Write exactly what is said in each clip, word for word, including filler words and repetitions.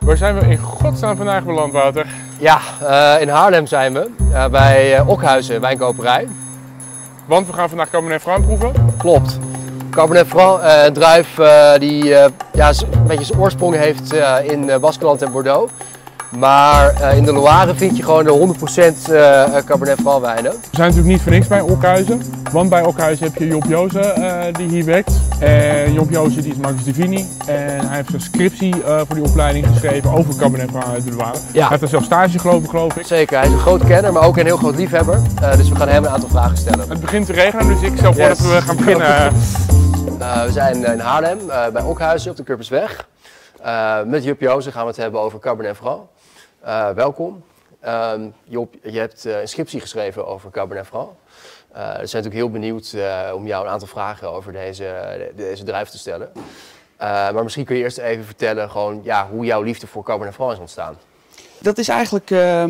Waar zijn we in godsnaam vandaag beland, Wouter? Ja, uh, in Haarlem zijn we, uh, bij uh, Okhuizen, wijnkoperij. Want we gaan vandaag Cabernet Franc proeven? Klopt. Cabernet Franc, uh, een druif uh, die uh, ja, een beetje zijn oorsprong heeft uh, in uh, Baskeland en Bordeaux. Maar uh, in de Loire vind je gewoon de honderd procent uh, Cabernet Franc wijnen. We zijn natuurlijk niet voor niks bij Okhuizen. Want bij Okhuizen heb je Job Jozen uh, die hier werkt. En Job Jozen die is Marcus Divini. En hij heeft een scriptie uh, voor die opleiding geschreven over Cabernet Franc uit de Loire. Ja. Hij heeft er zelf stage gelopen, geloof ik. Zeker, hij is een groot kenner, maar ook een heel groot liefhebber. Uh, dus we gaan hem een aantal vragen stellen. Het begint te regenen, dus ik stel voor yes. dat we gaan beginnen. Uh, we zijn in Haarlem, uh, bij Okhuizen op de Kurpersweg. Uh, met Job Jozen gaan we het hebben over Cabernet Franc. Uh, welkom. Uh, Job, je hebt uh, een scriptie geschreven over Cabernet Franc. Uh, we zijn natuurlijk heel benieuwd uh, om jou een aantal vragen over deze, deze druif te stellen. Uh, maar misschien kun je eerst even vertellen gewoon, ja, hoe jouw liefde voor Cabernet Franc is ontstaan. Dat is eigenlijk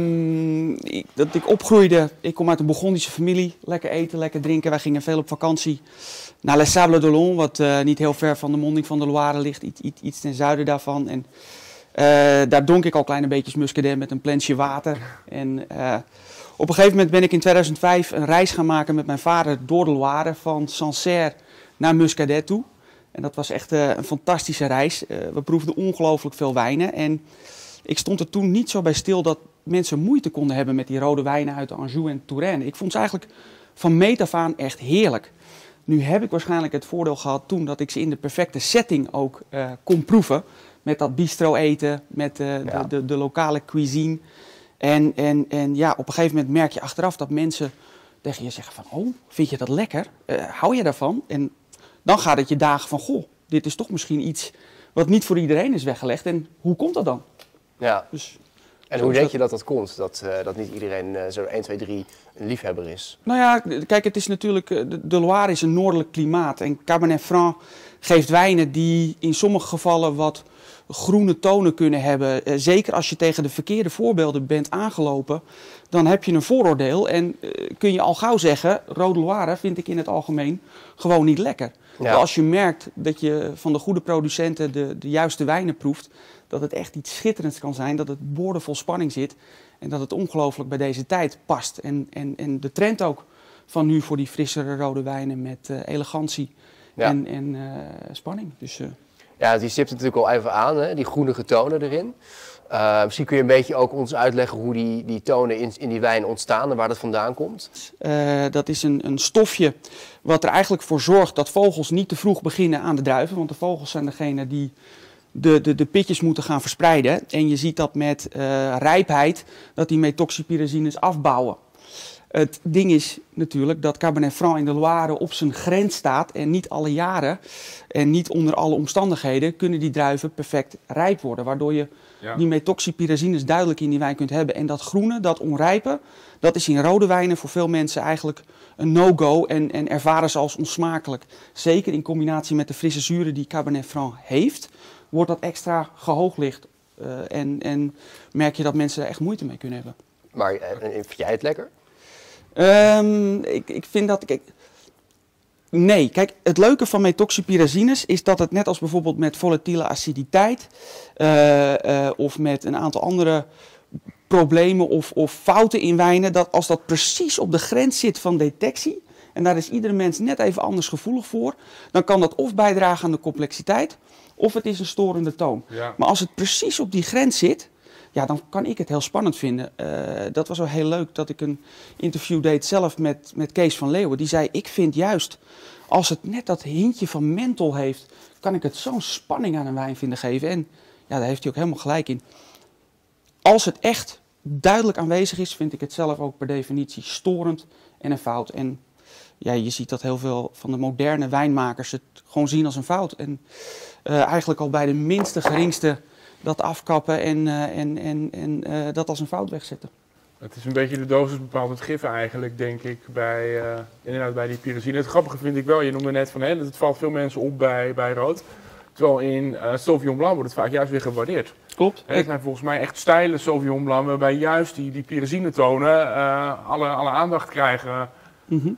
um, ik, dat ik opgroeide. Ik kom uit een Bourgondische familie. Lekker eten, lekker drinken. Wij gingen veel op vakantie naar Les Sables d'Olonne, wat uh, niet heel ver van de monding van de Loire ligt. Iets, iets, iets ten zuiden daarvan. En, Uh, daar dronk ik al kleine beetjes muscadet met een plensje water. En uh, op een gegeven moment ben ik in tweeduizend vijf een reis gaan maken met mijn vader door de Loire. Van Sancerre naar Muscadet toe. En dat was echt uh, een fantastische reis. Uh, we proefden ongelooflijk veel wijnen. En ik stond er toen niet zo bij stil dat mensen moeite konden hebben met die rode wijnen uit Anjou en Touraine. Ik vond ze eigenlijk van meet af aan echt heerlijk. Nu heb ik waarschijnlijk het voordeel gehad toen dat ik ze in de perfecte setting ook uh, kon proeven. Met dat bistro eten, met uh, ja. de, de, de lokale cuisine. En, en, en ja, op een gegeven moment merk je achteraf dat mensen tegen je zeggen van... Oh, vind je dat lekker? Uh, hou je daarvan? En dan gaat het je dagen van... Goh, dit is toch misschien iets wat niet voor iedereen is weggelegd. En hoe komt dat dan? Ja. Dus, en hoe denk je dat dat komt? Dat, uh, dat niet iedereen uh, zo één, twee, drie een liefhebber is? Nou ja, kijk, het is natuurlijk... De, de Loire is een noordelijk klimaat. En Cabernet Franc geeft wijnen die in sommige gevallen wat... groene tonen kunnen hebben. Uh, zeker als je tegen de verkeerde voorbeelden bent aangelopen, dan heb je een vooroordeel en uh, kun je al gauw zeggen, Rode Loire vind ik in het algemeen gewoon niet lekker. Ja. Als je merkt dat je van de goede producenten de, de juiste wijnen proeft, dat het echt iets schitterends kan zijn, dat het boordevol spanning zit en dat het ongelooflijk bij deze tijd past. En, en, en de trend ook van nu voor die frissere rode wijnen met uh, elegantie ja. en, en uh, spanning. Dus... Uh, Ja, die stipt het natuurlijk al even aan, hè? Die groenige tonen erin. Uh, misschien kun je een beetje ook ons uitleggen hoe die, die tonen in, in die wijn ontstaan en waar dat vandaan komt. Uh, dat is een, een stofje wat er eigenlijk voor zorgt dat vogels niet te vroeg beginnen aan de druiven. Want de vogels zijn degene die de, de, de pitjes moeten gaan verspreiden. En je ziet dat met uh, rijpheid dat die metoxypyrazines afbouwen. Het ding is natuurlijk dat Cabernet Franc in de Loire op zijn grens staat en niet alle jaren en niet onder alle omstandigheden kunnen die druiven perfect rijp worden. Waardoor je ja. die metoxypyrazines duidelijk in die wijn kunt hebben. En dat groene, dat onrijpe, dat is in rode wijnen voor veel mensen eigenlijk een no-go en, en ervaren ze als onsmakelijk. Zeker in combinatie met de frisse zuren die Cabernet Franc heeft, wordt dat extra gehooglicht uh, en, en merk je dat mensen er echt moeite mee kunnen hebben. Maar uh, vind jij het lekker? Um, ik, ik vind dat... Kijk, nee, kijk, het leuke van metoxypyrazines is dat het net als bijvoorbeeld met volatiele aciditeit uh, uh, of met een aantal andere problemen of, of fouten in wijnen, dat als dat precies op de grens zit van detectie, en daar is iedere mens net even anders gevoelig voor, dan kan dat of bijdragen aan de complexiteit, of het is een storende toon. Ja. Maar als het precies op die grens zit, ja, dan kan ik het heel spannend vinden. Uh, dat was wel heel leuk dat ik een interview deed zelf met, met Kees van Leeuwen. Die zei, ik vind juist, als het net dat hintje van menthol heeft, kan ik het zo'n spanning aan een wijn vinden geven. En ja, daar heeft hij ook helemaal gelijk in. Als het echt duidelijk aanwezig is, vind ik het zelf ook per definitie storend en een fout. En ja, je ziet dat heel veel van de moderne wijnmakers het gewoon zien als een fout. En uh, eigenlijk al bij de minste geringste dat afkappen en, uh, en, en, en uh, dat als een fout wegzetten. Het is een beetje de dosis bepaald het gif eigenlijk, denk ik, bij, uh, inderdaad bij die pyrazine. Het grappige vind ik wel, je noemde net van, hè, dat het valt veel mensen op bij, bij rood. Terwijl in uh, Sauvignon Blanc wordt het vaak juist weer gewaardeerd. Klopt. Het zijn volgens mij echt stijle Sauvignon Blanc, waarbij juist die, die pyrazine tonen uh, alle, alle aandacht krijgen. Mm-hmm.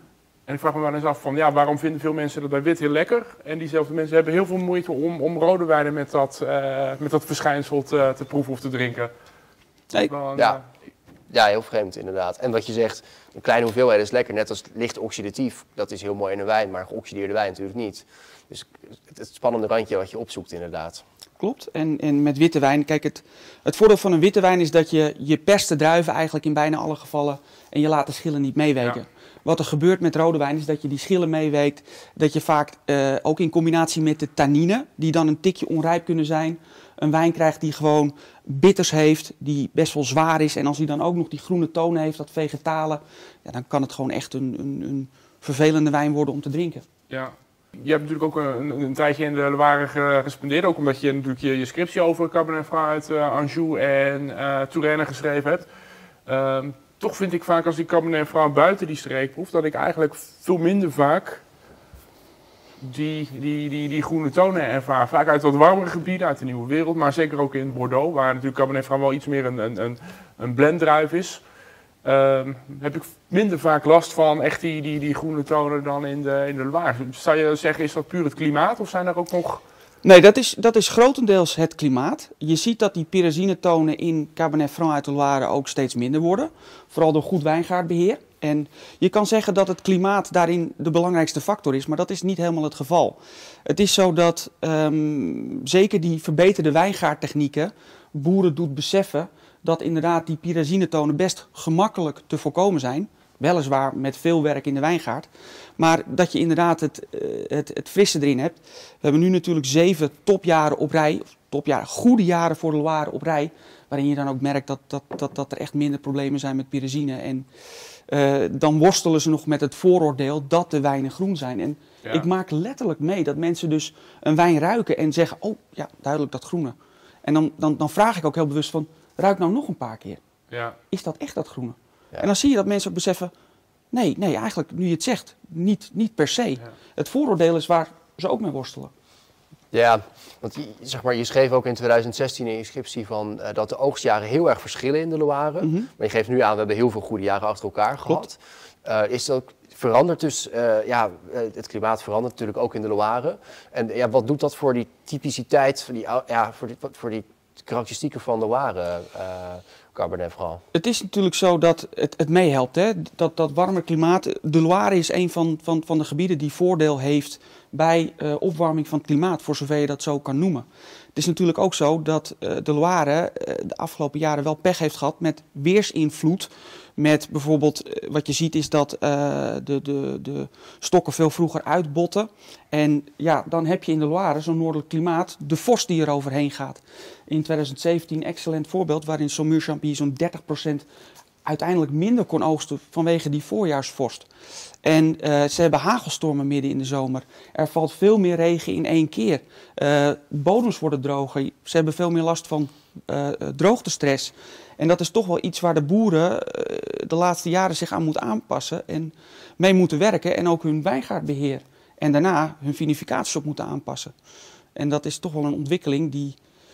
En ik vraag me wel eens af van, ja, waarom vinden veel mensen dat bij wit heel lekker? En diezelfde mensen hebben heel veel moeite om, om rode wijnen met dat, uh, met dat verschijnsel te, te proeven of te drinken. Nee. Een, Ja. ja, heel vreemd inderdaad. En wat je zegt, een kleine hoeveelheid is lekker, net als licht oxidatief. Dat is heel mooi in een wijn, maar geoxideerde wijn natuurlijk niet. Dus het, het spannende randje wat je opzoekt inderdaad. Klopt. En, en met witte wijn, kijk, het, het voordeel van een witte wijn is dat je, je perst de druiven eigenlijk in bijna alle gevallen en je laat de schillen niet meeweken. Ja. Wat er gebeurt met rode wijn is dat je die schillen meeweekt, dat je vaak uh, ook in combinatie met de tannine, die dan een tikje onrijp kunnen zijn, een wijn krijgt die gewoon bitters heeft, die best wel zwaar is. En als die dan ook nog die groene tonen heeft, dat vegetale, ja, dan kan het gewoon echt een, een, een vervelende wijn worden om te drinken. Ja. Je hebt natuurlijk ook een, een, een tijdje in de Loire gespendeerd, ook omdat je natuurlijk je, je scriptie over Cabernet Franc uit uh, Anjou en uh, Touraine geschreven hebt. Uh, toch vind ik vaak als die Cabernet Franc buiten die streek proef, dat ik eigenlijk veel minder vaak die, die, die, die groene tonen ervaar. Vaak uit wat warmere gebieden, uit de Nieuwe Wereld, maar zeker ook in Bordeaux, waar natuurlijk Cabernet Franc wel iets meer een, een, een, een blenddruif is. Uh, heb ik minder vaak last van echt die, die, die groene tonen dan in de, in de Loire. Zou je zeggen, is dat puur het klimaat of zijn er ook nog... Nee, dat is, dat is grotendeels het klimaat. Je ziet dat die pyrazinetonen in Cabernet Franc uit de Loire ook steeds minder worden. Vooral door goed wijngaardbeheer. En je kan zeggen dat het klimaat daarin de belangrijkste factor is, maar dat is niet helemaal het geval. Het is zo dat um, zeker die verbeterde wijngaardtechnieken boeren doet beseffen dat inderdaad die pyrazinetonen best gemakkelijk te voorkomen zijn. Weliswaar met veel werk in de wijngaard. Maar dat je inderdaad het, het, het frisse erin hebt. We hebben nu natuurlijk zeven topjaren op rij. Of topjaren, goede jaren voor de Loire op rij. Waarin je dan ook merkt dat, dat, dat, dat er echt minder problemen zijn met pyrazine. En uh, dan worstelen ze nog met het vooroordeel dat de wijnen groen zijn. En ja. Ik maak letterlijk mee dat mensen dus een wijn ruiken en zeggen, oh ja, duidelijk dat groene. En dan, dan, dan vraag ik ook heel bewust van, ruik nou nog een paar keer. Ja. Is dat echt dat groene? Ja. En dan zie je dat mensen ook beseffen, nee, nee, eigenlijk nu je het zegt, niet, niet per se. Ja. Het vooroordeel is waar ze ook mee worstelen. Ja, want je, zeg maar, je schreef ook in twintig zestien in je scriptie van, uh, dat de oogstjaren heel erg verschillen in de Loire. Mm-hmm. Maar je geeft nu aan, we hebben heel veel goede jaren achter elkaar gehad. Uh, is dat verandert dus, uh, ja, het klimaat verandert natuurlijk ook in de Loire. En ja, wat doet dat voor die typiciteit, voor die, ja, voor die, voor die karakteristieken van de Loire? Uh, Cabernet Franc. Het is natuurlijk zo dat het, het meehelpt, hè? Dat, dat warme klimaat. De Loire is een van, van, van de gebieden die voordeel heeft bij uh, opwarming van het klimaat, voor zover je dat zo kan noemen. Het is natuurlijk ook zo dat uh, de Loire uh, de afgelopen jaren wel pech heeft gehad met weersinvloed. Met bijvoorbeeld, uh, wat je ziet is dat uh, de, de, de stokken veel vroeger uitbotten. En ja, dan heb je in de Loire zo'n noordelijk klimaat, de vorst die er overheen gaat. In twintig zeventien, excellent voorbeeld, waarin Saumur-Champigny zo'n dertig procent uiteindelijk minder kon oogsten vanwege die voorjaarsvorst. En uh, ze hebben hagelstormen midden in de zomer. Er valt veel meer regen in één keer. Uh, bodems worden droger. Ze hebben veel meer last van uh, droogtestress. En dat is toch wel iets waar de boeren uh, de laatste jaren zich aan moeten aanpassen en mee moeten werken. En ook hun wijngaardbeheer. En daarna hun vinificaties op moeten aanpassen. En dat is toch wel een ontwikkeling die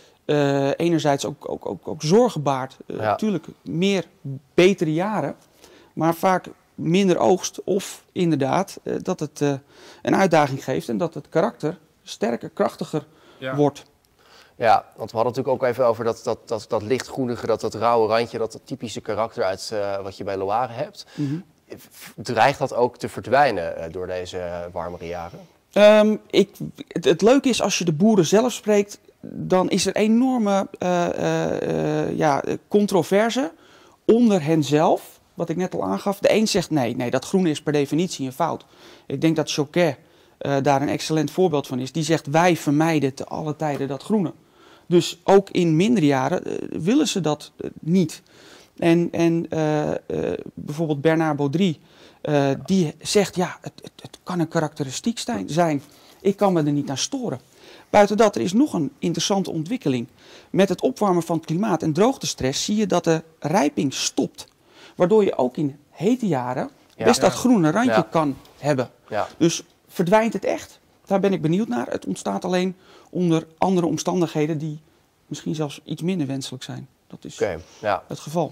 uh, enerzijds ook, ook, ook, ook zorgen baart. Uh, ja. Tuurlijk meer betere jaren, maar vaak minder oogst. Of inderdaad uh, dat het uh, een uitdaging geeft en dat het karakter sterker, krachtiger ja. wordt. Ja, want we hadden natuurlijk ook even over dat, dat, dat, dat lichtgroenige, dat, dat rauwe randje, dat, dat typische karakter uit uh, wat je bij Loire hebt. Mm-hmm. Dreigt dat ook te verdwijnen uh, door deze uh, warmere jaren? Um, ik, het, het leuke is, als je de boeren zelf spreekt, dan is er enorme uh, uh, uh, ja, controverse onder hen zelf. Wat ik net al aangaf. De een zegt nee, nee, dat groene is per definitie een fout. Ik denk dat Choquet uh, daar een excellent voorbeeld van is. Die zegt, wij vermijden te alle tijden dat groene. Dus ook in mindere jaren uh, willen ze dat uh, niet. En, en uh, uh, bijvoorbeeld Bernard Baudry, uh, die zegt, ja, het, het, het kan een karakteristiek zijn. Ik kan me er niet aan storen. Buiten dat, er is nog een interessante ontwikkeling. Met het opwarmen van het klimaat en droogtestress zie je dat de rijping stopt. Waardoor je ook in hete jaren ja, best ja. dat groene randje ja. kan hebben. Ja. Dus verdwijnt het echt? Daar ben ik benieuwd naar. Het ontstaat alleen onder andere omstandigheden die misschien zelfs iets minder wenselijk zijn. Dat is okay, ja. het geval.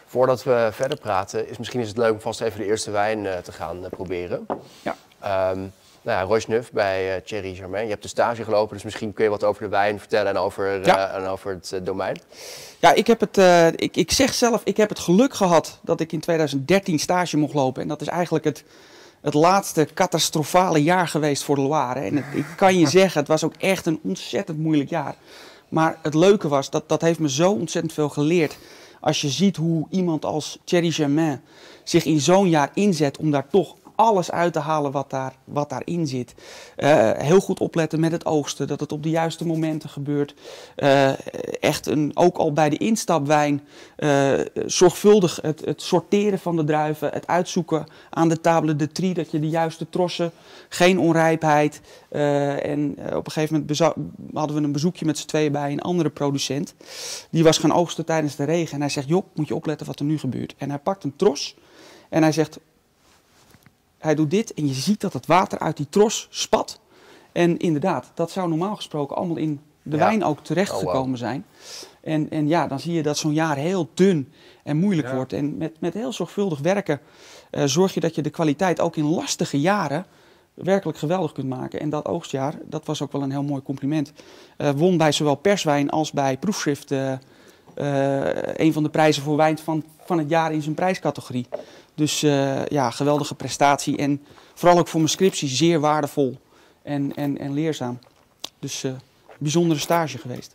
Voordat we verder praten, is misschien is het leuk om vast even de eerste wijn uh, te gaan uh, proberen. Ja. Um, nou ja, Roche-Neuf bij uh, Thierry Germain. Je hebt de stage gelopen, dus misschien kun je wat over de wijn vertellen en over, uh, ja. en over het uh, domein. Ja, ik, heb het, uh, ik, ik zeg zelf, ik heb het geluk gehad dat ik in twintig dertien stage mocht lopen. En dat is eigenlijk het, het laatste catastrofale jaar geweest voor de Loire. En het, ik kan je zeggen, het was ook echt een ontzettend moeilijk jaar. Maar het leuke was, dat, dat heeft me zo ontzettend veel geleerd. Als je ziet hoe iemand als Thierry Germain zich in zo'n jaar inzet om daar toch alles uit te halen wat, daar, wat daarin zit. Uh, heel goed opletten met het oogsten, dat het op de juiste momenten gebeurt. Uh, echt een, ook al bij de instapwijn, uh, zorgvuldig het, het sorteren van de druiven, het uitzoeken aan de table de tri, dat je de juiste trossen, geen onrijpheid. Uh, en uh, op een gegeven moment hadden we een bezoekje met z'n tweeën bij een andere producent. Die was gaan oogsten tijdens de regen en hij zegt, Job, moet je opletten wat er nu gebeurt. En hij pakt een tros en hij zegt, hij doet dit en je ziet dat het water uit die tros spat. En inderdaad, dat zou normaal gesproken allemaal in de ja. wijn ook terechtgekomen oh, wow. zijn. En, en ja, dan zie je dat zo'n jaar heel dun en moeilijk ja. wordt. En met, met heel zorgvuldig werken uh, zorg je dat je de kwaliteit ook in lastige jaren werkelijk geweldig kunt maken. En dat oogstjaar, dat was ook wel een heel mooi compliment. Uh, won bij zowel perswijn als bij proefschrift uh, uh, een van de prijzen voor wijn van, van het jaar in zijn prijscategorie. Dus uh, ja, geweldige prestatie en vooral ook voor mijn scriptie zeer waardevol en, en, en leerzaam. Dus uh, bijzondere stage geweest.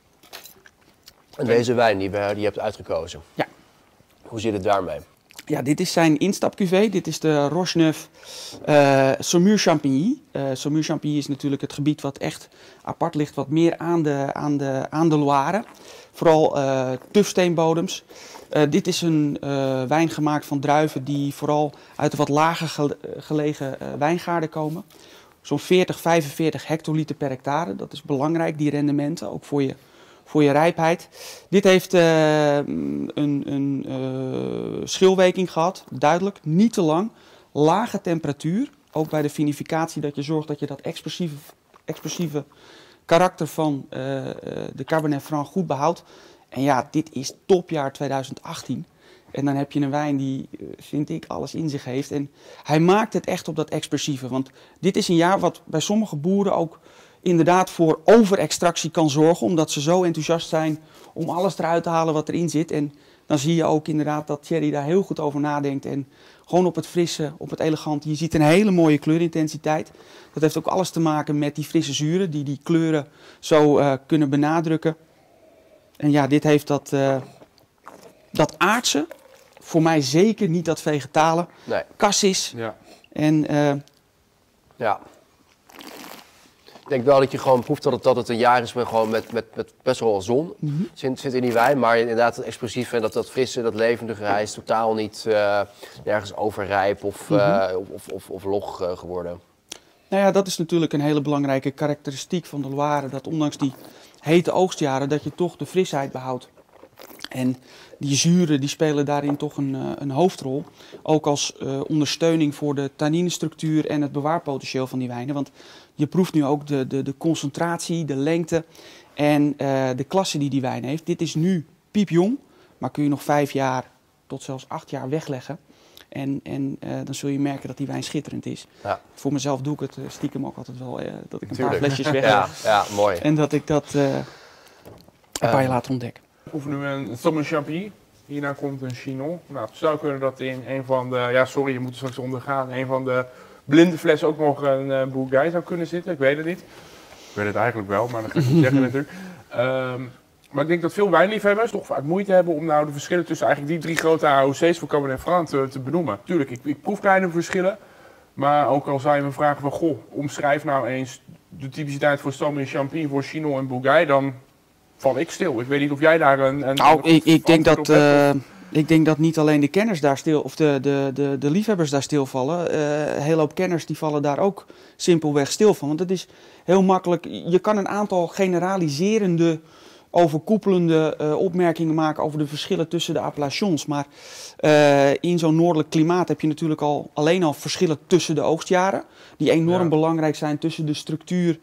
En deze wijn die, we, die je hebt uitgekozen, ja. Hoe zit het daarmee? Ja, dit is zijn instapcuvée. Dit is de Roche-Neuf uh, Saumur-Champigny. Uh, Saumur-Champigny is natuurlijk het gebied wat echt apart ligt, wat meer aan de, aan de, aan de Loire. Vooral uh, tufsteenbodems. Uh, dit is een uh, wijn gemaakt van druiven die vooral uit de wat lager ge gelegen uh, wijngaarden komen. Zo'n veertig, vijfenveertig hectoliter per hectare. Dat is belangrijk, die rendementen, ook voor je, voor je rijpheid. Dit heeft uh, een, een uh, schilweking gehad, duidelijk, niet te lang. Lage temperatuur, ook bij de vinificatie, dat je zorgt dat je dat expressieve, expressieve karakter van uh, de Cabernet Franc goed behoudt. En ja, dit is topjaar twintig achttien. En dan heb je een wijn die, vind ik, alles in zich heeft. En hij maakt het echt op dat expressieve. Want dit is een jaar wat bij sommige boeren ook inderdaad voor overextractie kan zorgen. Omdat ze zo enthousiast zijn om alles eruit te halen wat erin zit. En dan zie je ook inderdaad dat Thierry daar heel goed over nadenkt. En gewoon op het frisse, op het elegante. Je ziet een hele mooie kleurintensiteit. Dat heeft ook alles te maken met die frisse zuren die die kleuren zo uh, kunnen benadrukken. En ja, dit heeft dat, uh, dat aardse, voor mij zeker niet dat vegetale, nee. cassis. Ja. En, uh, ja. Ik denk wel dat je gewoon proeft dat het, dat het een jaar is met, gewoon met, met, met best wel zon. Mm-hmm. zit, zit in die wijn, maar inderdaad het expressieve en dat, dat frisse, dat levendige, hij is totaal niet uh, nergens overrijp of, mm-hmm. uh, of, of, of log uh, geworden. Nou ja, dat is natuurlijk een hele belangrijke karakteristiek van de Loire, dat ondanks die hete oogstjaren, dat je toch de frisheid behoudt. En die zuren die spelen daarin toch een, een hoofdrol. Ook als uh, ondersteuning voor de tanninestructuur en het bewaarpotentieel van die wijnen. Want je proeft nu ook de, de, de concentratie, de lengte en uh, de klasse die die wijn heeft. Dit is nu piepjong, maar kun je nog vijf jaar tot zelfs acht jaar wegleggen. En, en uh, dan zul je merken dat die wijn schitterend is. Ja. Voor mezelf doe ik het uh, stiekem ook altijd wel, uh, dat ik een Tuurlijk. paar flesjes wegleg. Ja, ja, mooi. En dat ik dat uh, een paar jaar later ontdek. We proeven nu een Saumur Champigny. Hierna komt een Chinon. Nou, het zou kunnen dat in een van de, ja sorry, je moet er straks ondergaan, een van de blinde flessen ook nog een uh, Bourgogne zou kunnen zitten. Ik weet het niet. Ik weet het eigenlijk wel, maar dat ga ik niet zeggen natuurlijk. Um, maar ik denk dat veel wijnliefhebbers toch vaak moeite hebben om nou de verschillen tussen eigenlijk die drie grote A O C's voor Cabernet Franc te, te benoemen. Tuurlijk, ik, ik proef kleine verschillen. Maar ook al zou je me vragen van, goh, omschrijf nou eens de typiciteit voor Saumur Champigny, voor Chinon en Bourgogne, dan val ik stil. Ik weet niet of jij daar een... een nou, ik, ik, denk dat, uh, ik denk dat niet alleen de kenners daar stil, of de, de, de, de liefhebbers daar stilvallen. Uh, een hele hoop kenners die vallen daar ook simpelweg stil van. Want het is heel makkelijk, je kan een aantal generaliserende overkoepelende uh, opmerkingen maken over de verschillen tussen de appellations. Maar uh, in zo'n noordelijk klimaat heb je natuurlijk al alleen al verschillen tussen de oogstjaren. Die enorm ja. belangrijk zijn tussen de structuur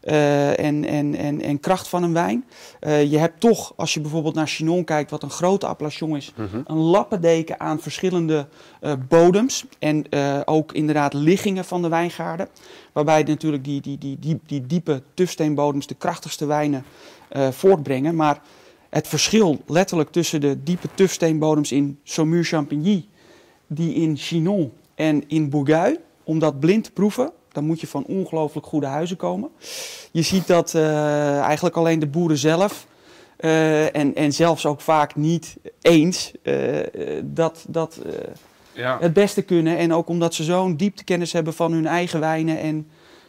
uh, en, en, en, en kracht van een wijn. Uh, je hebt toch, als je bijvoorbeeld naar Chinon kijkt, wat een grote appellation is, mm-hmm. een lappendeken aan verschillende uh, bodems. En uh, ook inderdaad liggingen van de wijngaarden. Waarbij natuurlijk die, die, die, die, die diepe tufsteenbodems de krachtigste wijnen uh, voortbrengen. Maar het verschil letterlijk tussen de diepe tufsteenbodems in Saumur-Champigny, die in Chinon en in Bourgueil, om dat blind te proeven, dan moet je van ongelooflijk goede huizen komen. Je ziet dat uh, eigenlijk alleen de boeren zelf, uh, en, en zelfs ook vaak niet eens, uh, dat, dat uh, ja. het beste kunnen. En ook omdat ze zo'n dieptekennis hebben van hun eigen wijnen. En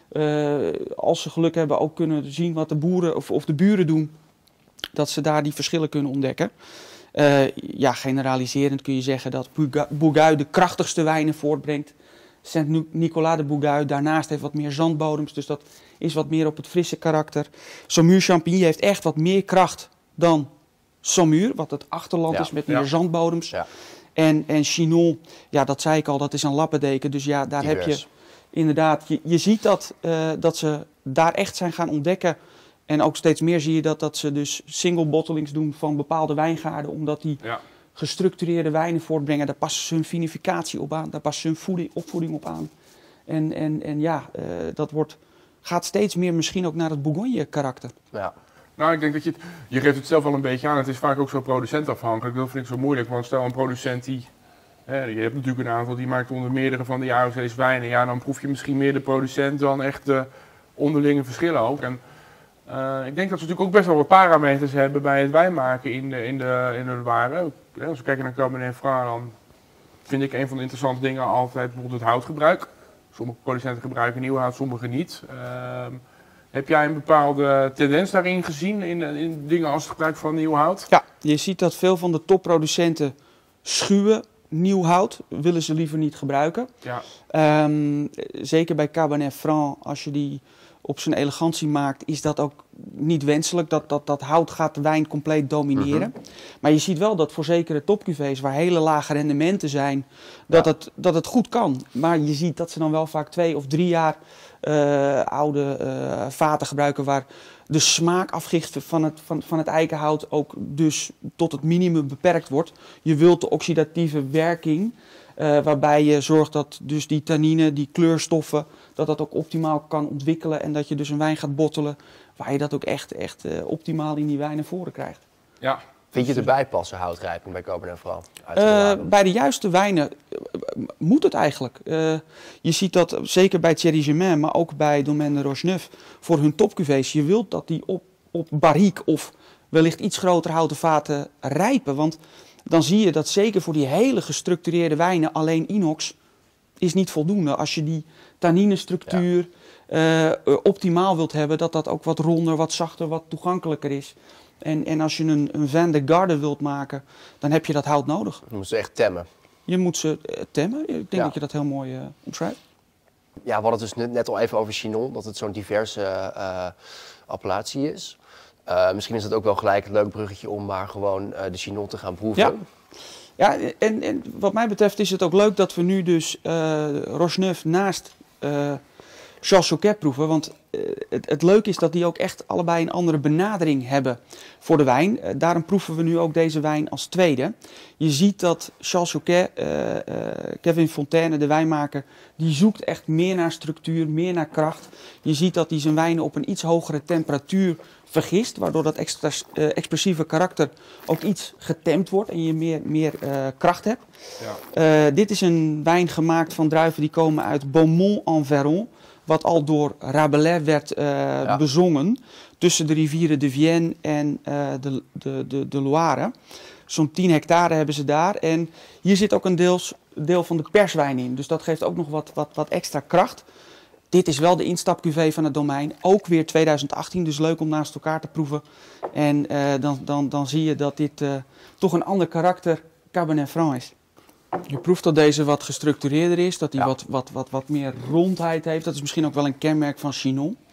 uh, als ze geluk hebben ook kunnen zien wat de boeren of, of de buren doen, dat ze daar die verschillen kunnen ontdekken. Uh, ja, generaliserend kun je zeggen dat Bourgueil de krachtigste wijnen voortbrengt. Saint-Nicolas de Bourgueil daarnaast heeft wat meer zandbodems, dus dat is wat meer op het frisse karakter. Saumur-Champigny heeft echt wat meer kracht dan Saumur, wat het achterland ja, is met meer ja. zandbodems. Ja. En, en Chinon, ja, dat zei ik al, dat is een lappendeken. Dus ja, daar Divers. heb je inderdaad, je, je ziet dat, uh, dat ze daar echt zijn gaan ontdekken. En ook steeds meer zie je dat, dat ze dus single bottlings doen van bepaalde wijngaarden, omdat die ja. gestructureerde wijnen voortbrengen. Daar passen ze hun vinificatie op aan, daar passen ze hun voeding, opvoeding op aan. En, en, en ja, uh, dat wordt, gaat steeds meer misschien ook naar het Bourgogne karakter. Ja. Nou, ik denk dat je het, je geeft het zelf wel een beetje aan. Het is vaak ook zo producentafhankelijk. Dat vind ik zo moeilijk, want stel een producent die, hè, je hebt natuurlijk een aantal die maakt onder meerdere van de jaarlijkse wijnen. Ja, dan proef je misschien meer de producent dan echt de onderlinge verschillen ook. En uh, ik denk dat ze natuurlijk ook best wel wat parameters hebben bij het wijnmaken in de, in de, in de Loire. Als we kijken naar Cabernet Franc, dan vind ik een van de interessante dingen altijd bijvoorbeeld het houtgebruik. Sommige producenten gebruiken nieuw hout, sommige niet. Uh, Heb jij een bepaalde tendens daarin gezien, in, in dingen als het gebruik van nieuw hout? Ja, je ziet dat veel van de topproducenten schuwen nieuw hout, willen ze liever niet gebruiken. Ja. Um, zeker bij Cabernet Franc, als je die op zijn elegantie maakt, is dat ook niet wenselijk. Dat, dat, dat hout gaat de wijn compleet domineren. Mm-hmm. Maar je ziet wel dat voor zekere topcuvées, waar hele lage rendementen zijn, dat, ja. het, dat het goed kan. Maar je ziet dat ze dan wel vaak twee of drie jaar Uh, oude uh, vaten gebruiken waar de smaakafgifte van het, van, van het eikenhout ook dus tot het minimum beperkt wordt. Je wilt de oxidatieve werking, uh, waarbij je zorgt dat dus die tannine, die kleurstoffen, dat dat ook optimaal kan ontwikkelen en dat je dus een wijn gaat bottelen waar je dat ook echt, echt uh, optimaal in die wijn naar voren krijgt. Ja. Vind je het erbij passen, houtrijping bij Cabernet Franc? Uh, bij de juiste wijnen uh, moet het eigenlijk. Uh, je ziet dat zeker bij Thierry Germain, maar ook bij Domaine de Rocheneuf, voor hun topcuvées. Je wilt dat die op, op barrique of wellicht iets grotere houten vaten rijpen. Want dan zie je dat zeker voor die hele gestructureerde wijnen alleen inox is niet voldoende. Als je die tanninestructuur ja. uh, optimaal wilt hebben, dat dat ook wat ronder, wat zachter, wat toegankelijker is. En, en als je een, een vin de garde wilt maken, dan heb je dat hout nodig. Je moet ze echt temmen. Je moet ze uh, temmen. Ik denk ja. dat je dat heel mooi uh, omschrijft. Ja, we hadden het dus net, net al even over Chinon, dat het zo'n diverse uh, appellatie is. Uh, misschien is het ook wel gelijk een leuk bruggetje om maar gewoon uh, de Chinon te gaan proeven. Ja, ja en, en wat mij betreft is het ook leuk dat we nu dus uh, Rocheneuf naast uh, Charles Choquet proeven. Want uh, het, het leuke is dat die ook echt allebei een andere benadering hebben voor de wijn. Uh, daarom proeven we nu ook deze wijn als tweede. Je ziet dat Charles Choquet, uh, uh, Kevin Fontaine, de wijnmaker, die zoekt echt meer naar structuur, meer naar kracht. Je ziet dat hij zijn wijnen op een iets hogere temperatuur vergist, waardoor dat extra, uh, expressieve karakter ook iets getemd wordt en je meer, meer uh, kracht hebt. Ja. Uh, dit is een wijn gemaakt van druiven die komen uit Beaumont-en-Verron, wat al door Rabelais werd uh, ja. bezongen tussen de rivieren de Vienne en uh, de, de, de, de Loire. Zo'n tien hectare hebben ze daar. En hier zit ook een deels, deel van de perswijn in. Dus dat geeft ook nog wat, wat, wat extra kracht. Dit is wel de instapcuvée van het domein. Ook weer tweeduizend achttien, dus leuk om naast elkaar te proeven. En uh, dan, dan, dan zie je dat dit uh, toch een ander karakter Cabernet Franc is. Je proeft dat deze wat gestructureerder is, dat hij ja. wat, wat, wat, wat meer rondheid heeft. Dat is misschien ook wel een kenmerk van Chinon.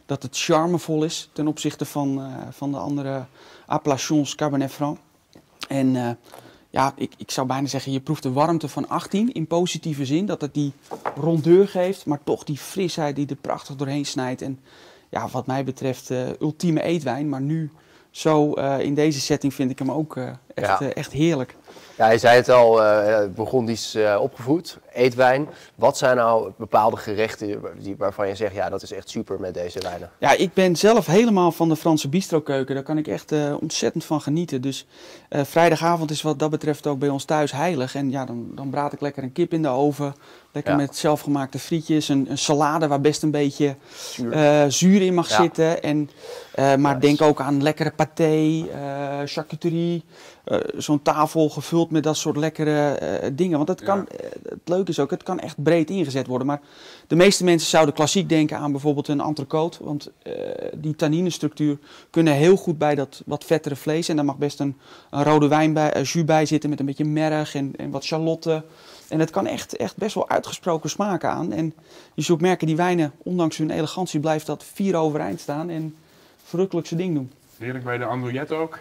dat het charmevol is ten opzichte van, uh, van de andere appellations Cabernet Franc. En uh, ja, ik, ik zou bijna zeggen, je proeft de warmte van achttien in positieve zin. Dat het die rondeur geeft, maar toch die frisheid die er prachtig doorheen snijdt. En ja, wat mij betreft uh, ultieme eetwijn, maar nu zo uh, in deze setting vind ik hem ook uh, echt, ja. uh, echt heerlijk. Ja, je zei het al, uh, Bourgondisch uh, opgevoed, eetwijn. Wat zijn nou bepaalde gerechten die, waarvan je zegt, ja, dat is echt super met deze wijnen? Ja, ik ben zelf helemaal van de Franse bistrokeuken. Daar kan ik echt uh, ontzettend van genieten. Dus uh, vrijdagavond is wat dat betreft ook bij ons thuis heilig. En ja, dan, dan braad ik lekker een kip in de oven. Lekker ja. met zelfgemaakte frietjes. Een, een salade waar best een beetje zuur, uh, zuur in mag ja. zitten. En, uh, maar nice. Denk ook aan lekkere paté, uh, charcuterie. Uh, Zo'n tafel gevuld met dat soort lekkere uh, dingen. Want het, kan, ja. uh, het leuke is ook, het kan echt breed ingezet worden. Maar de meeste mensen zouden klassiek denken aan bijvoorbeeld een entrecote. Want uh, die tanninestructuur kunnen heel goed bij dat wat vettere vlees. En daar mag best een, een rode wijn bij, uh, jus bij zitten met een beetje merg en, en wat charlotte. En het kan echt, echt best wel uitgesproken smaken aan. En je zult merken, die wijnen, ondanks hun elegantie, blijft dat vier overeind staan en verrukkelijk zijn ding doen. Heerlijk bij de Andouillet ook.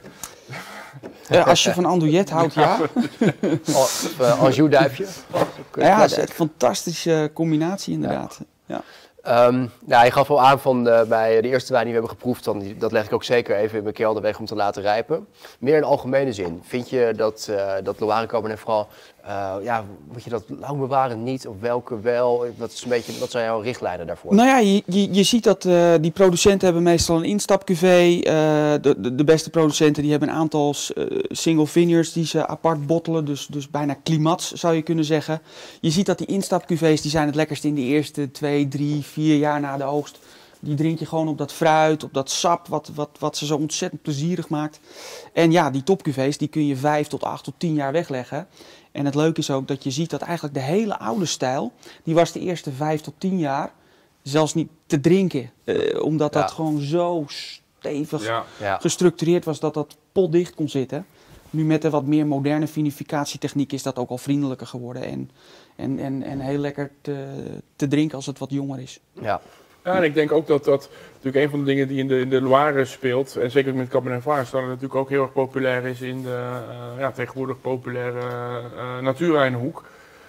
Uh, als je van Andouillet houdt, ja. Of uh, Anjou-duifje. Ja, een fantastische combinatie inderdaad. Ja. Ja. Um, nou, je gaf al aan van uh, bij de eerste wijn die we hebben geproefd, dan, die, dat leg ik ook zeker even in mijn kelder weg om te laten rijpen. Meer in algemene zin, vind je dat, uh, dat Loire Cabernet Franc, uh, ja, moet je dat lang bewaren, niet, of welke wel? Dat is een beetje, wat zijn jouw richtlijnen daarvoor? Nou ja, je, je, je ziet dat uh, die producenten hebben meestal een instapcuvée. Uh, de, de, de beste producenten die hebben een aantal uh, single vineyards die ze apart bottelen, dus, dus bijna klimats zou je kunnen zeggen. Je ziet dat die instapcuvées, die zijn het lekkerst in de eerste twee, drie, vier jaar na de oogst. Die drink je gewoon op dat fruit, op dat sap, wat, wat, wat ze zo ontzettend plezierig maakt. En ja, die topcuvées, die kun je vijf tot acht tot tien jaar wegleggen. En het leuke is ook dat je ziet dat eigenlijk de hele oude stijl, die was de eerste vijf tot tien jaar zelfs niet te drinken. Uh, omdat dat ja. gewoon zo stevig ja. Ja. gestructureerd was dat dat potdicht kon zitten. Nu met de wat meer moderne vinificatietechniek is dat ook al vriendelijker geworden. En, en, en, en heel lekker te, te drinken als het wat jonger is. Ja. Ja, en ik denk ook dat dat natuurlijk een van de dingen die in de, in de Loire speelt, en zeker met Cabernet Franc, dat het natuurlijk ook heel erg populair is in de uh, ja, tegenwoordig populaire uh, natuurwijnhoek.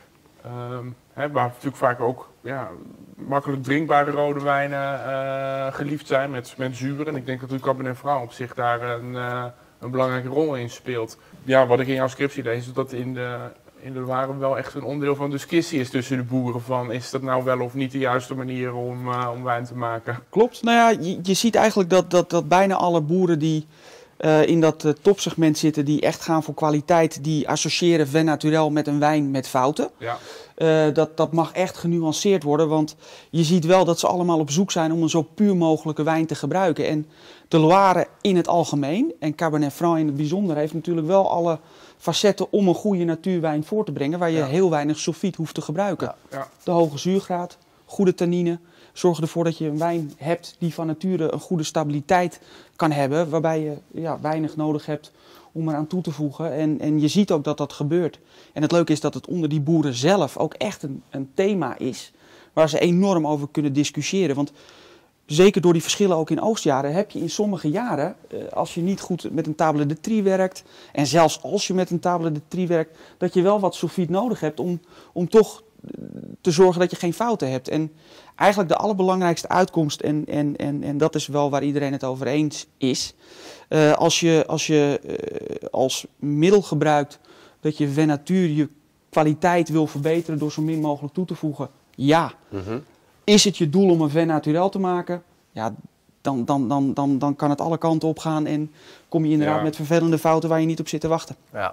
Um, hè, waar natuurlijk vaak ook ja, makkelijk drinkbare rode wijnen uh, geliefd zijn met, met zuur. En ik denk dat de Cabernet Franc op zich daar een, uh, een belangrijke rol in speelt. Ja, wat ik in jouw scriptie lees, is dat in de in de Loire wel echt een onderdeel van discussie is tussen de boeren van is dat nou wel of niet de juiste manier om, uh, om wijn te maken. Klopt. Nou ja, je, je ziet eigenlijk dat, dat, dat bijna alle boeren die uh, in dat uh, topsegment zitten, die echt gaan voor kwaliteit, die associëren vin naturel met een wijn met fouten. Ja. Uh, dat, dat mag echt genuanceerd worden, want je ziet wel dat ze allemaal op zoek zijn om een zo puur mogelijke wijn te gebruiken. En de Loire in het algemeen, en Cabernet Franc in het bijzonder, heeft natuurlijk wel alle facetten om een goede natuurwijn voor te brengen, waar je ja. heel weinig sulfiet hoeft te gebruiken. Ja. Ja. De hoge zuurgraad, goede tannine, zorg ervoor dat je een wijn hebt die van nature een goede stabiliteit kan hebben, waarbij je ja, weinig nodig hebt om eraan toe te voegen. En, en je ziet ook dat dat gebeurt. En het leuke is dat het onder die boeren zelf ook echt een, een thema is, waar ze enorm over kunnen discussiëren. Want zeker door die verschillen ook in oogstjaren heb je in sommige jaren, als je niet goed met een table de tri werkt, en zelfs als je met een table de tri werkt, dat je wel wat sulfiet nodig hebt om, om toch te zorgen dat je geen fouten hebt. En eigenlijk de allerbelangrijkste uitkomst, en, en, en, en dat is wel waar iedereen het over eens is, uh, als je, als, je uh, als middel gebruikt dat je vin natuur je kwaliteit wil verbeteren door zo min mogelijk toe te voegen, ja. Mm-hmm. Is het je doel om een vin naturel te maken? Ja, dan, dan, dan, dan, dan kan het alle kanten op gaan en kom je inderdaad ja. met vervelende fouten waar je niet op zit te wachten. Ja.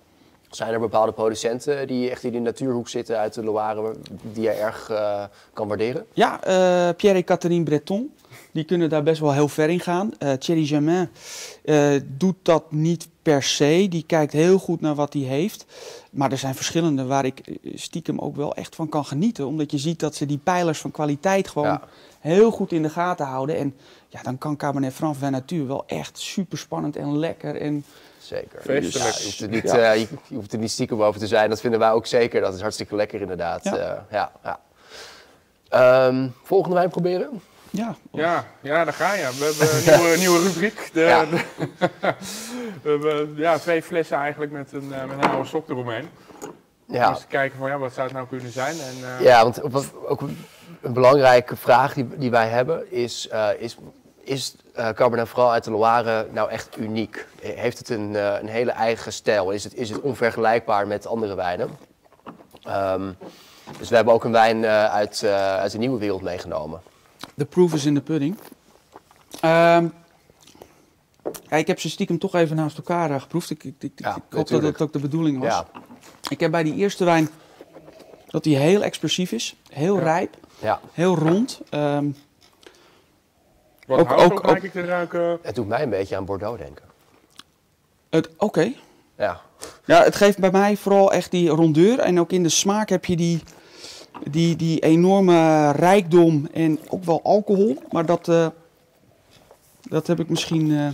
Zijn er bepaalde producenten die echt in die natuurhoek zitten uit de Loire die je erg uh, kan waarderen? Ja, uh, Pierre en Catherine Breton, die kunnen daar best wel heel ver in gaan. Uh, Thierry Germain uh, doet dat niet per se, die kijkt heel goed naar wat hij heeft. Maar er zijn verschillende waar ik stiekem ook wel echt van kan genieten. Omdat je ziet dat ze die pijlers van kwaliteit gewoon ja. heel goed in de gaten houden. En ja, dan kan Cabernet Franc Vin Natuur wel echt super spannend en lekker. En zeker. Dus, ja, je, hoeft er niet, ja. uh, je, je hoeft er niet stiekem over te zijn. Dat vinden wij ook zeker. Dat is hartstikke lekker inderdaad. Ja. Uh, ja, ja. Um, volgende wijn proberen? Ja, Ja, ja, daar ga je. We hebben een nieuwe, nieuwe rubriek. De, Ja. de- we hebben ja, twee flessen eigenlijk met een, uh, met een oude sok eromheen. Ja. Dus kijken van ja, wat zou het nou kunnen zijn. En, uh, Ja, want op- ook een, een belangrijke vraag die, die wij hebben is, uh, is, is uh, Cabernet Franc uit de Loire nou echt uniek? Heeft het een, uh, een hele eigen stijl? Is het, is het onvergelijkbaar met andere wijnen? Um, dus we hebben ook een wijn uh, uit, uh, uit de nieuwe wereld meegenomen. the proof is in the pudding. Ehm, ja, ik heb ze stiekem toch even naast elkaar uh, geproefd. Ik, ik, ik, Ja, ik hoop dat natuurlijk. het ook de bedoeling was. Ja, Ik heb bij die eerste wijn dat die heel explosief is. Heel Ja. rijp. ja, Heel rond. Ehm, wat ook- hout ook- ook, ook- kijk ik te ruiken. het doet mij een beetje aan Bordeaux denken. het- Oké. Ja, Ja, het geeft bij mij vooral echt die rondeur. En ook in de smaak heb je die, die, die enorme rijkdom en ook wel alcohol. Maar dat, eh, dat heb ik misschien... eh,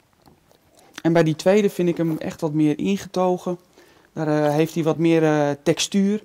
En bij die tweede vind ik hem echt wat meer ingetogen. Daar eh, heeft hij wat meer eh, textuur.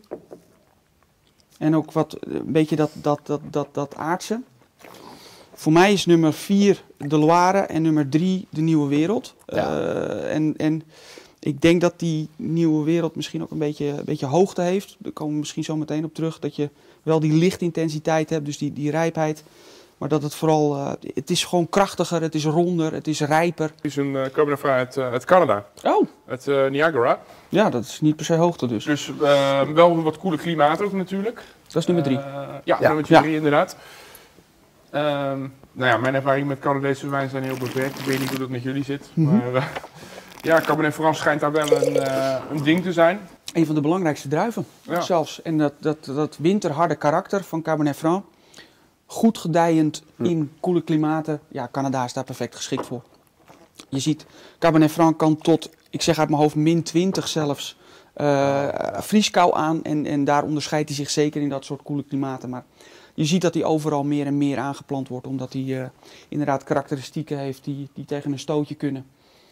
En ook wat, eh, een beetje dat, dat, dat, dat, dat aardse. Voor mij is nummer vier de Loire en nummer drie de Nieuwe Wereld. Ja. Eh, en, en ik denk dat die Nieuwe Wereld misschien ook een beetje, een beetje hoogte heeft. Daar komen we misschien zo meteen op terug. Dat je wel die lichtintensiteit hebt, dus die, die rijpheid. Maar dat het vooral, uh, het is gewoon krachtiger, het is ronder, het is rijper. Het is een uh, Cabernet Franc uit, uh, uit Canada, Oh, uit uh, Niagara. ja, dat is niet per se hoogte dus. Dus uh, wel een wat koele klimaat ook natuurlijk. Dat is nummer drie. Uh, ja, Ja. nummer Ja. drie inderdaad. Um, nou ja, mijn ervaring met Canadese wijn zijn heel beperkt. Ik weet niet hoe dat met jullie zit. Mhm. Maar uh, ja, Cabernet Franc schijnt daar wel een, uh, een ding te zijn. Een van de belangrijkste druiven Ja. zelfs. En dat, dat, dat winterharde karakter van Cabernet Franc. Goed gedijend Hm. in koele klimaten. Ja, Canada is daar perfect geschikt voor. Je ziet, Cabernet Franc kan tot, ik zeg uit mijn hoofd, min twintig zelfs uh, vrieskou aan. En, en daar onderscheidt hij zich zeker in dat soort koele klimaten. Maar je ziet dat hij overal meer en meer aangeplant wordt. Omdat hij uh, inderdaad karakteristieken heeft die, die tegen een stootje kunnen.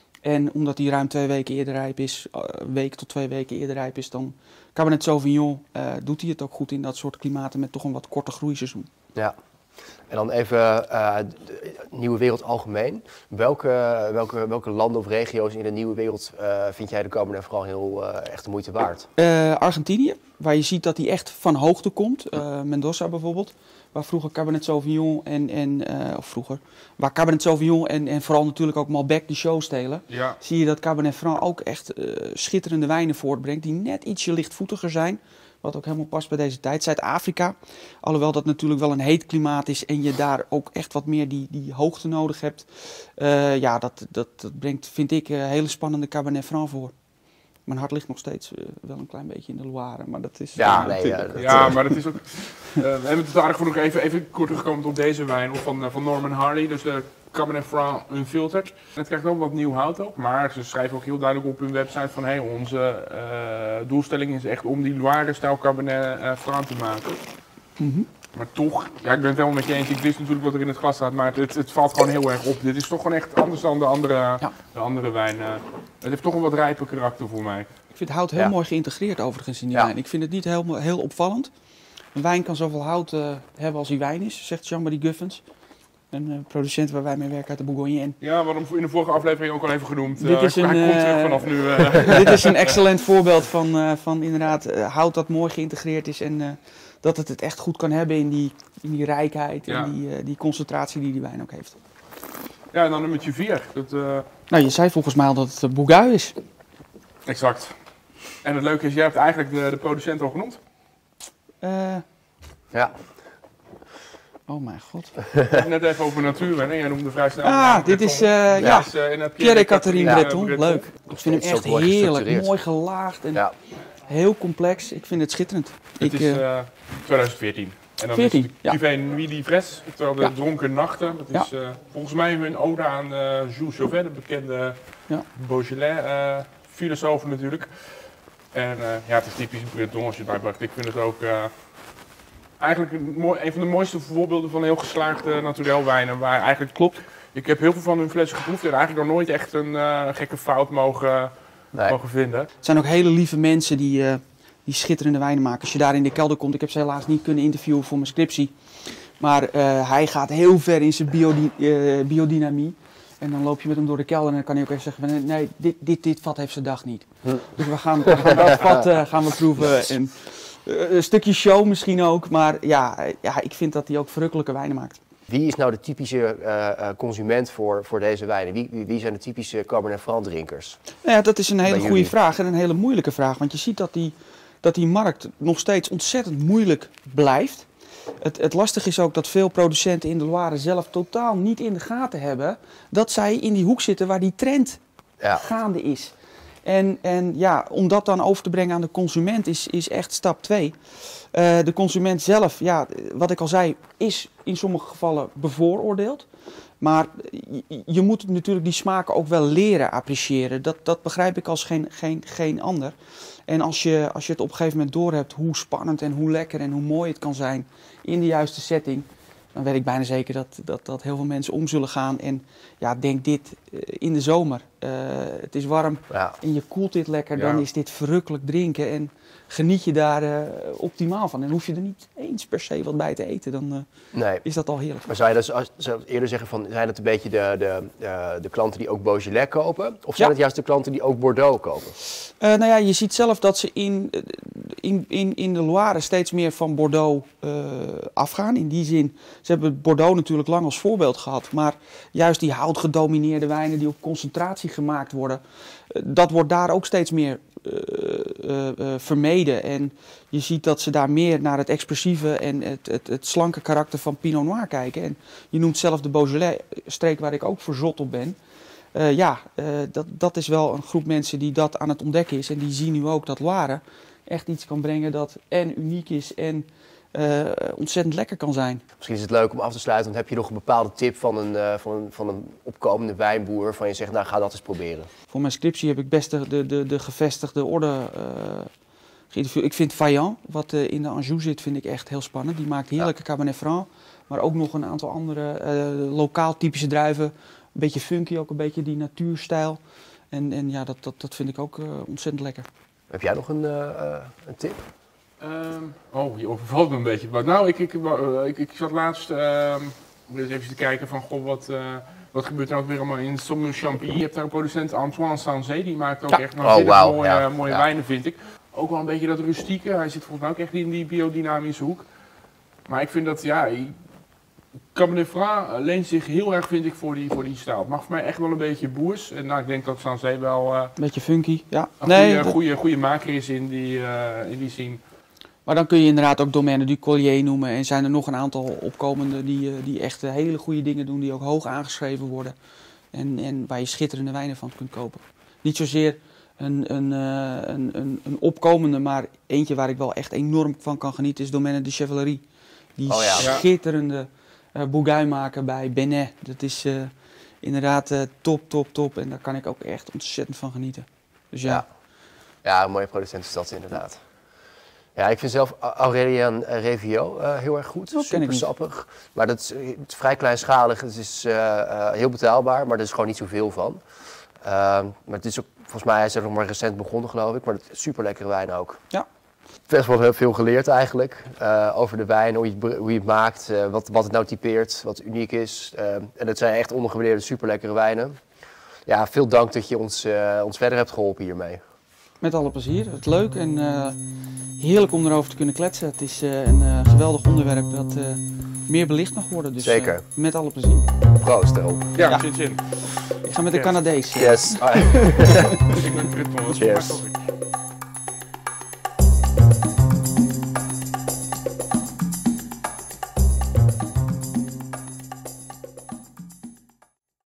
En omdat hij ruim twee weken eerder rijp is, uh, een week tot twee weken eerder rijp is dan Cabernet Sauvignon, uh, doet hij het ook goed in dat soort klimaten met toch een wat korter groeiseizoen. ja. En dan even uh, de Nieuwe Wereld algemeen. Welke, welke, welke landen of regio's in de Nieuwe Wereld uh, vind jij de Cabernet Franc heel uh, echt de moeite waard? Uh, Argentinië, waar je ziet dat hij echt van hoogte komt. Uh, Mendoza bijvoorbeeld, waar vroeger Cabernet Sauvignon en, en uh, of vroeger, waar Cabernet Sauvignon en, en vooral natuurlijk ook Malbec de show stelen. Ja. Zie je dat Cabernet Franc ook echt uh, schitterende wijnen voortbrengt die net ietsje lichtvoetiger zijn. Wat ook helemaal past bij deze tijd. Zuid-Afrika, alhoewel dat natuurlijk wel een heet klimaat is en je daar ook echt wat meer die, die hoogte nodig hebt. Uh, ja, dat, dat, dat brengt, vind ik, een hele spannende Cabernet Franc voor. Mijn hart ligt nog steeds uh, wel een klein beetje in de Loire, maar dat is... Ja, uh, nee, ja, dat, Ja, maar dat is ook... Uh, we hebben het aardig voor nog even, even kort teruggekomen op deze wijn van, uh, van Norman Harley. Dus de Cabernet Franc Unfiltered. Het krijgt ook wat nieuw hout op, maar ze schrijven ook heel duidelijk op hun website van hey, onze uh, doelstelling is echt om die Loire-stijl Cabernet uh, Franc te maken. Mm-hmm. Maar toch, ja, ik ben het helemaal met je eens. Ik wist natuurlijk wat er in het glas staat, maar het, het valt gewoon heel erg op. Dit is toch gewoon echt anders dan de andere, Ja. de andere wijn. Uh, het heeft toch een wat rijper karakter voor mij. Ik vind hout heel Ja. mooi geïntegreerd overigens in die Ja. wijn. Ik vind het niet heel, heel opvallend. Een wijn kan zoveel hout uh, hebben als die wijn is, zegt Jean-Marie Guffens. Een uh, producent waar wij mee werken uit de Bourgogne. En Ja, we hadden hem in de vorige aflevering ook al even genoemd. Dit is Uh, hij een, komt uh, terug vanaf nu. Uh. dit is een excellent voorbeeld van, uh, van inderdaad uh, hout dat mooi geïntegreerd is. En uh, dat het het echt goed kan hebben in die, in die rijkheid Ja. en die, uh, die concentratie die die wijn ook heeft. Ja, en dan nummertje vier. Dat, uh, Nou, je zei volgens mij al dat het uh, Bourgogne is. exact. En het leuke is, jij hebt eigenlijk de, de producent al genoemd. Uh, ja. oh mijn god. We hadden net even over natuurwijn en jij noemde vrij snel. Ah, dit is, uh, ja, ja. Is, uh, in, uh, Pierre et Catherine Ja. Breton. Leuk. Ik vind hem Steeds echt zo mooi heerlijk, gestructureerd. mooi gelaagd en Ja. heel complex. Ik vind het schitterend. Het ik, is uh, uh, twintig veertien. En dan veertien, is het ja. Cuvée Nuit d'Ivresse, terwijl de Ja. dronken nachten. Dat is uh, volgens mij een ode aan uh, Jules Chauvet, de bekende Ja. Beaujolais uh, filosoof natuurlijk. En uh, ja, het is typisch Breton als je het bijbracht. Ik vind het ook uh, eigenlijk een, mooi, een van de mooiste voorbeelden van heel geslaagde naturel wijnen. Waar eigenlijk klopt. Ik heb heel veel van hun flessen geproefd en eigenlijk nog nooit echt een uh, gekke fout mogen, Nee. mogen vinden. Het zijn ook hele lieve mensen die, uh, die schitterende wijnen maken. Als je daar in de kelder komt, ik heb ze helaas niet kunnen interviewen voor mijn scriptie. Maar uh, hij gaat heel ver in zijn biodi uh, biodynamie. En dan loop je met hem door de kelder en dan kan hij ook even zeggen van nee, dit, dit, dit vat heeft zijn dag niet. Hm. Dus we gaan, we gaan dat vat uh, gaan we proeven. En, uh, een stukje show misschien ook, maar ja, ja, ik vind dat hij ook verrukkelijke wijnen maakt. Wie is nou de typische uh, consument voor, voor deze wijnen? Wie, wie, wie zijn de typische Cabernet Franc drinkers? Nou ja, dat is een hele goede vraag en een hele moeilijke vraag. Want je ziet dat die, dat die markt nog steeds ontzettend moeilijk blijft. Het, het lastige is ook dat veel producenten in de Loire zelf totaal niet in de gaten hebben dat zij in die hoek zitten waar die trend ja. gaande is. En, en ja, om dat dan over te brengen aan de consument is, is echt stap twee. Uh, de consument zelf, ja, wat ik al zei, is in sommige gevallen bevooroordeeld. Maar je, je moet natuurlijk die smaken ook wel leren appreciëren. Dat, dat begrijp ik als geen, geen, geen ander. En als je, als je het op een gegeven moment doorhebt hoe spannend en hoe lekker en hoe mooi het kan zijn in de juiste setting, dan weet ik bijna zeker dat, dat, dat heel veel mensen om zullen gaan. En ja, denk dit uh, in de zomer. Uh, het is warm ja. en je koelt dit lekker, ja. dan is dit verrukkelijk drinken. En geniet je daar uh, optimaal van. En hoef je er niet eens per se wat bij te eten, dan uh, nee. is dat al heerlijk. Maar zou je dus als, zou je eerder zeggen van, zijn het een beetje de, de, uh, de klanten die ook Beaujolais kopen? Of zijn ja. het juist de klanten die ook Bordeaux kopen? Uh, nou ja, je ziet zelf dat ze in, in, in, in de Loire steeds meer van Bordeaux uh, afgaan. In die zin, ze hebben Bordeaux natuurlijk lang als voorbeeld gehad. Maar juist die houtgedomineerde wijnen die op concentratie gemaakt worden, uh, dat wordt daar ook steeds meer Uh, uh, uh, vermeden. En je ziet dat ze daar meer naar het expressieve en het, het, het slanke karakter van Pinot Noir kijken. En je noemt zelf de Beaujolais, streek waar ik ook voor zot op ben. Uh, ja, uh, dat, dat is wel een groep mensen die dat aan het ontdekken is. En die zien nu ook dat Loire echt iets kan brengen dat en uniek is en uh, ontzettend lekker kan zijn. Misschien is het leuk om af te sluiten, want heb je nog een bepaalde tip van een, uh, van een, van een opkomende wijnboer waarvan je zegt, nou ga dat eens proberen? Voor mijn scriptie heb ik best de, de, de, de gevestigde orde uh, geïnterviewd. Ik vind Vaillant, wat uh, in de Anjou zit, vind ik echt heel spannend. Die maakt heerlijke ja. Cabernet Franc, maar ook nog een aantal andere uh, lokaal typische druiven. Een beetje funky, ook een beetje die natuurstijl. En, en ja, dat, dat, dat vind ik ook uh, ontzettend lekker. Heb jij nog een, uh, uh, een tip? Um, oh, je overvalt me een beetje. Maar nou, ik, ik, uh, ik, ik zat laatst uh, even te kijken van, goh, wat, uh, wat gebeurt er ook weer allemaal in Saumur-Champigny. Je hebt daar een producent, Antoine Sanzé, die maakt ook ja. echt nog oh, wow. mooie, ja. mooie ja. wijnen, vind ik. Ook wel een beetje dat rustieke. Hij zit volgens mij ook echt in die biodynamische hoek. Maar ik vind dat, ja, Cabernet Franc leent zich heel erg, vind ik, voor die, voor die stijl. Het mag voor mij echt wel een beetje boers. En nou, ik denk dat Sanzé wel uh, een beetje funky, ja. een nee, goede, goede, goede maker is in die, uh, in die scene. Maar dan kun je inderdaad ook Domaine du Collier noemen. En zijn er nog een aantal opkomende die, die echt hele goede dingen doen, die ook hoog aangeschreven worden. En, en waar je schitterende wijnen van kunt kopen. Niet zozeer een, een, een, een, een opkomende, maar eentje waar ik wel echt enorm van kan genieten is Domaine de Chevalerie. Die oh ja. schitterende uh, Bourgogne maken bij Benet. Dat is uh, inderdaad uh, top, top, top. En daar kan ik ook echt ontzettend van genieten. Dus ja. Ja, ja een mooie producent is dat inderdaad. Ja, ik vind zelf Aurélien Revillot uh, heel erg goed. Dat super sappig. Maar dat is, het is vrij kleinschalig. Het is uh, uh, heel betaalbaar, maar er is gewoon niet zoveel van. Uh, maar het is ook, volgens mij, hij is er nog maar recent begonnen, geloof ik. Maar het is super lekkere wijn ook. Ja. Best wel heel veel geleerd eigenlijk. Uh, over de wijn, hoe je het, hoe je het maakt, uh, wat, wat het nou typeert, wat uniek is. Uh, en het zijn echt ondergewaardeerde, super lekkere wijnen. Ja, veel dank dat je ons, uh, ons verder hebt geholpen hiermee. Met alle plezier. Het leuk en uh, heerlijk om erover te kunnen kletsen. Het is uh, een uh, geweldig onderwerp dat uh, meer belicht mag worden. Dus, zeker. Uh, met alle plezier. Proost erop. Ja, ja. Zin, zin. Ik ga met de Canadees. Yes. Ik ben Brit, Cheers.